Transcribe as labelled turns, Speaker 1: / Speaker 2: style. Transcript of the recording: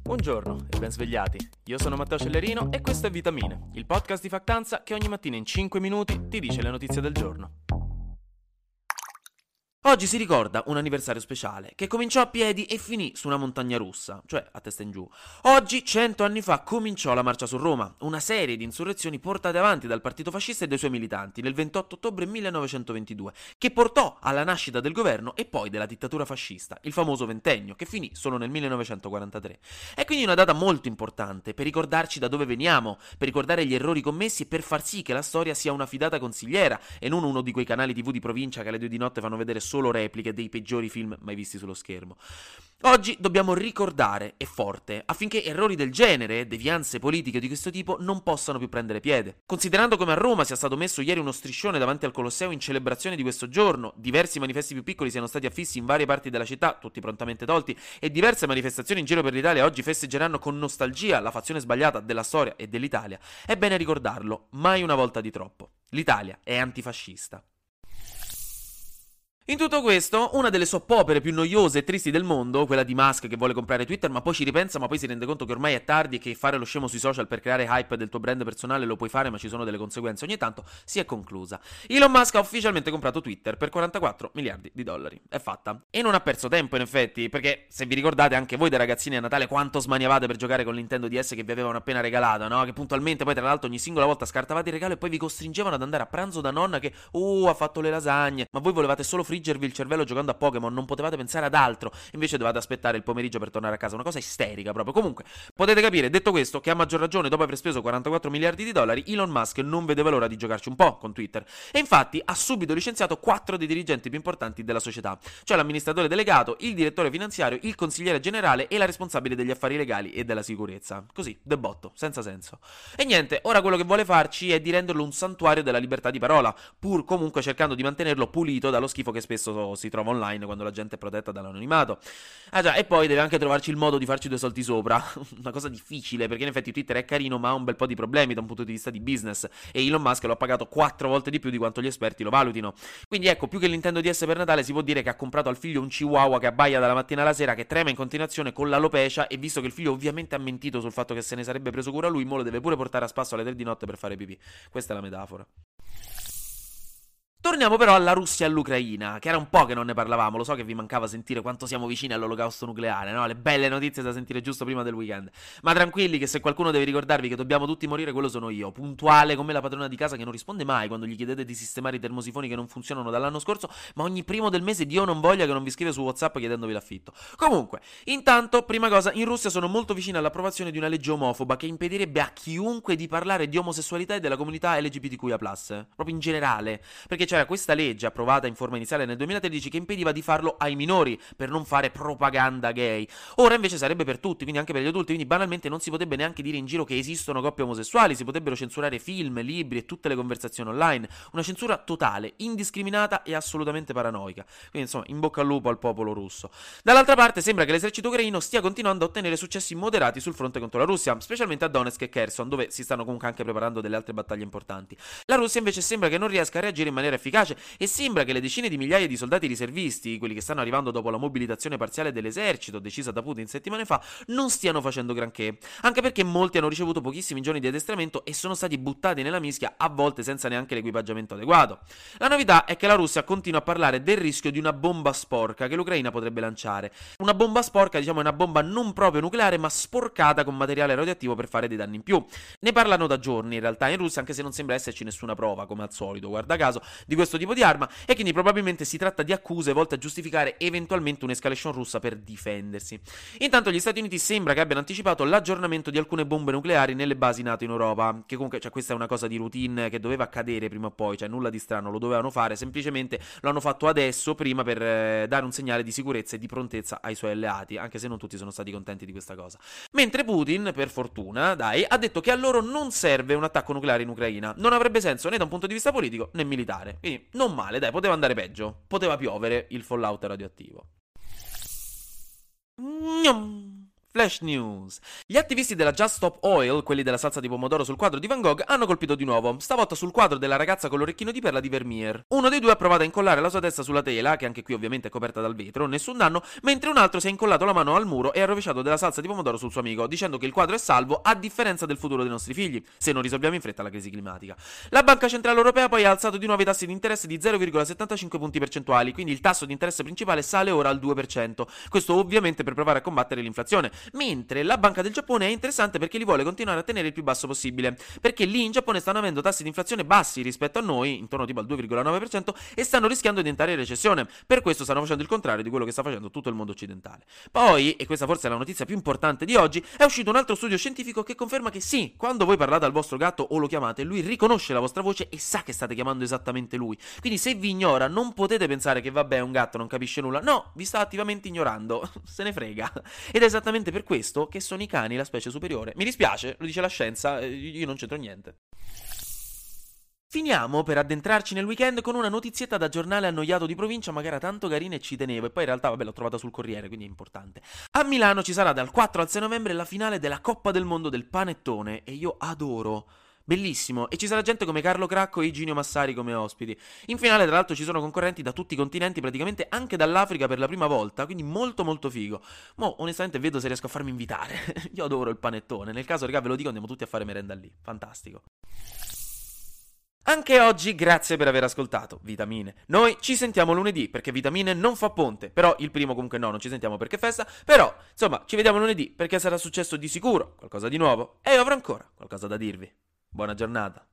Speaker 1: Buongiorno e ben svegliati. Io sono Matteo Cellerino e questo è Vitamine, il podcast di Factanza che ogni mattina in 5 minuti ti dice le notizie del giorno. Oggi si ricorda un anniversario speciale che cominciò a piedi e finì su una montagna russa, cioè a testa in giù. Oggi, 100 anni fa, cominciò la Marcia su Roma, una serie di insurrezioni portate avanti dal partito fascista e dai suoi militanti nel 28 ottobre 1922, che portò alla nascita del governo e poi della dittatura fascista, il famoso ventennio, che finì solo nel 1943. È quindi una data molto importante per ricordarci da dove veniamo, per ricordare gli errori commessi e per far sì che la storia sia una fidata consigliera e non uno di quei canali TV di provincia che alle 2 di notte fanno vedere solo repliche dei peggiori film mai visti sullo schermo. Oggi dobbiamo ricordare, e forte, affinché errori del genere, devianze politiche di questo tipo, non possano più prendere piede. Considerando come a Roma sia stato messo ieri uno striscione davanti al Colosseo in celebrazione di questo giorno, diversi manifesti più piccoli siano stati affissi in varie parti della città, tutti prontamente tolti, e diverse manifestazioni in giro per l'Italia oggi festeggeranno con nostalgia la fazione sbagliata della storia e dell'Italia, è bene ricordarlo, mai una volta di troppo. L'Italia è antifascista. In tutto questo, una delle soap opere più noiose e tristi del mondo, quella di Musk che vuole comprare Twitter ma poi ci ripensa ma poi si rende conto che ormai è tardi e che fare lo scemo sui social per creare hype del tuo brand personale lo puoi fare ma ci sono delle conseguenze ogni tanto, si è conclusa. Elon Musk ha ufficialmente comprato Twitter per 44 miliardi di dollari. È fatta. E non ha perso tempo in effetti, perché se vi ricordate anche voi dei ragazzini a Natale quanto smaniavate per giocare con Nintendo DS che vi avevano appena regalato, no? Che puntualmente poi tra l'altro ogni singola volta scartavate il regalo e poi vi costringevano ad andare a pranzo da nonna che ha fatto le lasagne, ma voi volevate solo friggervi il cervello giocando a Pokémon, non potevate pensare ad altro, invece dovevate aspettare il pomeriggio per tornare a casa, una cosa isterica proprio. Comunque, potete capire, detto questo, che a maggior ragione dopo aver speso 44 miliardi di dollari, Elon Musk non vedeva l'ora di giocarci un po' con Twitter, e infatti ha subito licenziato 4 dei dirigenti più importanti della società, cioè l'amministratore delegato, il direttore finanziario, il consigliere generale e la responsabile degli affari legali e della sicurezza. Così, de botto, senza senso. E niente, ora quello che vuole farci è di renderlo un santuario della libertà di parola, pur comunque cercando di mantenerlo pulito dallo schifo che spesso si trova online quando la gente è protetta dall'anonimato. Ah già, e poi deve anche trovarci il modo di farci 2 soldi sopra. Una cosa difficile, perché in effetti Twitter è carino ma ha un bel po' di problemi da un punto di vista di business e Elon Musk lo ha pagato 4 volte di più di quanto gli esperti lo valutino. Quindi ecco, più che il Nintendo DS per Natale si può dire che ha comprato al figlio un chihuahua che abbaia dalla mattina alla sera, che trema in continuazione con l'alopecia, e visto che il figlio ovviamente ha mentito sul fatto che se ne sarebbe preso cura lui, mo lo deve pure portare a spasso alle 3 di notte per fare pipì. Questa è la metafora. Torniamo però alla Russia e all'Ucraina, che era un po' che non ne parlavamo, lo so che vi mancava sentire quanto siamo vicini all'olocausto nucleare, no? Le belle notizie da sentire giusto prima del weekend. Ma tranquilli che se qualcuno deve ricordarvi che dobbiamo tutti morire, quello sono io, puntuale come la padrona di casa che non risponde mai quando gli chiedete di sistemare i termosifoni che non funzionano dall'anno scorso, ma ogni primo del mese Dio non voglia che non vi scrive su WhatsApp chiedendovi l'affitto. Comunque, intanto, prima cosa, in Russia sono molto vicini all'approvazione di una legge omofoba che impedirebbe a chiunque di parlare di omosessualità e della comunità LGBTQIA+, proprio in generale, perché c'era questa legge approvata in forma iniziale nel 2013 che impediva di farlo ai minori per non fare propaganda gay. Ora invece sarebbe per tutti, quindi anche per gli adulti, quindi banalmente non si potrebbe neanche dire in giro che esistono coppie omosessuali, si potrebbero censurare film, libri e tutte le conversazioni online, una censura totale, indiscriminata e assolutamente paranoica. Quindi insomma, in bocca al lupo al popolo russo. Dall'altra parte sembra che l'esercito ucraino stia continuando a ottenere successi moderati sul fronte contro la Russia, specialmente a Donetsk e Kherson, dove si stanno comunque anche preparando delle altre battaglie importanti. La Russia invece sembra che non riesca a reagire in maniera efficace e sembra che le decine di migliaia di soldati riservisti, quelli che stanno arrivando dopo la mobilitazione parziale dell'esercito decisa da Putin settimane fa, non stiano facendo granché, anche perché molti hanno ricevuto pochissimi giorni di addestramento e sono stati buttati nella mischia, a volte senza neanche l'equipaggiamento adeguato. La novità è che la Russia continua a parlare del rischio di una bomba sporca che l'Ucraina potrebbe lanciare. Una bomba sporca, diciamo, è una bomba non proprio nucleare ma sporcata con materiale radioattivo per fare dei danni in più. Ne parlano da giorni in realtà in Russia, anche se non sembra esserci nessuna prova, come al solito, guarda caso, di questo tipo di arma, e quindi probabilmente si tratta di accuse volte a giustificare eventualmente un'escalation russa per difendersi. Intanto gli Stati Uniti sembra che abbiano anticipato l'aggiornamento di alcune bombe nucleari nelle basi NATO in Europa, che comunque, cioè, questa è una cosa di routine che doveva accadere prima o poi, cioè nulla di strano, lo dovevano fare, semplicemente lo hanno fatto adesso, prima per dare un segnale di sicurezza e di prontezza ai suoi alleati, anche se non tutti sono stati contenti di questa cosa. Mentre Putin, per fortuna, ha detto che a loro non serve un attacco nucleare in Ucraina, non avrebbe senso né da un punto di vista politico né militare, quindi non male, dai, poteva andare peggio, poteva piovere il fallout radioattivo. Flash News. Gli attivisti della Just Stop Oil, quelli della salsa di pomodoro sul quadro di Van Gogh, hanno colpito di nuovo, stavolta sul quadro della ragazza con l'orecchino di perla di Vermeer. Uno dei due ha provato a incollare la sua testa sulla tela, che anche qui ovviamente è coperta dal vetro, nessun danno, mentre un altro si è incollato la mano al muro e ha rovesciato della salsa di pomodoro sul suo amico, dicendo che il quadro è salvo a differenza del futuro dei nostri figli, se non risolviamo in fretta la crisi climatica. La Banca Centrale Europea poi ha alzato di nuovo i tassi di interesse di 0,75 punti percentuali, quindi il tasso di interesse principale sale ora al 2%. Questo ovviamente per provare a combattere l'inflazione, mentre la Banca del Giappone è interessante perché li vuole continuare a tenere il più basso possibile, perché lì in Giappone stanno avendo tassi di inflazione bassi rispetto a noi, intorno tipo al 2,9%, e stanno rischiando di entrare in recessione. Per questo stanno facendo il contrario di quello che sta facendo tutto il mondo occidentale. Poi, e questa forse è la notizia più importante di oggi, è uscito un altro studio scientifico che conferma che sì, quando voi parlate al vostro gatto o lo chiamate, lui riconosce la vostra voce e sa che state chiamando esattamente lui. Quindi se vi ignora non potete pensare che vabbè è un gatto, non capisce nulla. No, vi sta attivamente ignorando, se ne frega. Ed è esattamente per questo che sono i cani la specie superiore. Mi dispiace, lo dice la scienza, io non c'entro niente. Finiamo per addentrarci nel weekend con una notizietta da giornale annoiato di provincia, ma che era tanto carina e ci tenevo, e poi in realtà vabbè l'ho trovata sul Corriere, quindi è importante. A Milano ci sarà dal 4 al 6 novembre la finale della Coppa del Mondo del Panettone e io adoro. Bellissimo, e ci sarà gente come Carlo Cracco e Iginio Massari come ospiti. In finale tra l'altro ci sono concorrenti da tutti i continenti, praticamente anche dall'Africa per la prima volta, quindi molto molto figo. Mo onestamente vedo se riesco a farmi invitare. Io adoro il panettone, nel caso raga ve lo dico andiamo tutti a fare merenda lì, fantastico. Anche oggi grazie per aver ascoltato Vitamine. Noi ci sentiamo lunedì perché Vitamine non fa ponte, però il primo comunque no, non ci sentiamo perché è festa, però insomma ci vediamo lunedì perché sarà successo di sicuro qualcosa di nuovo e io avrò ancora qualcosa da dirvi. Buona giornata.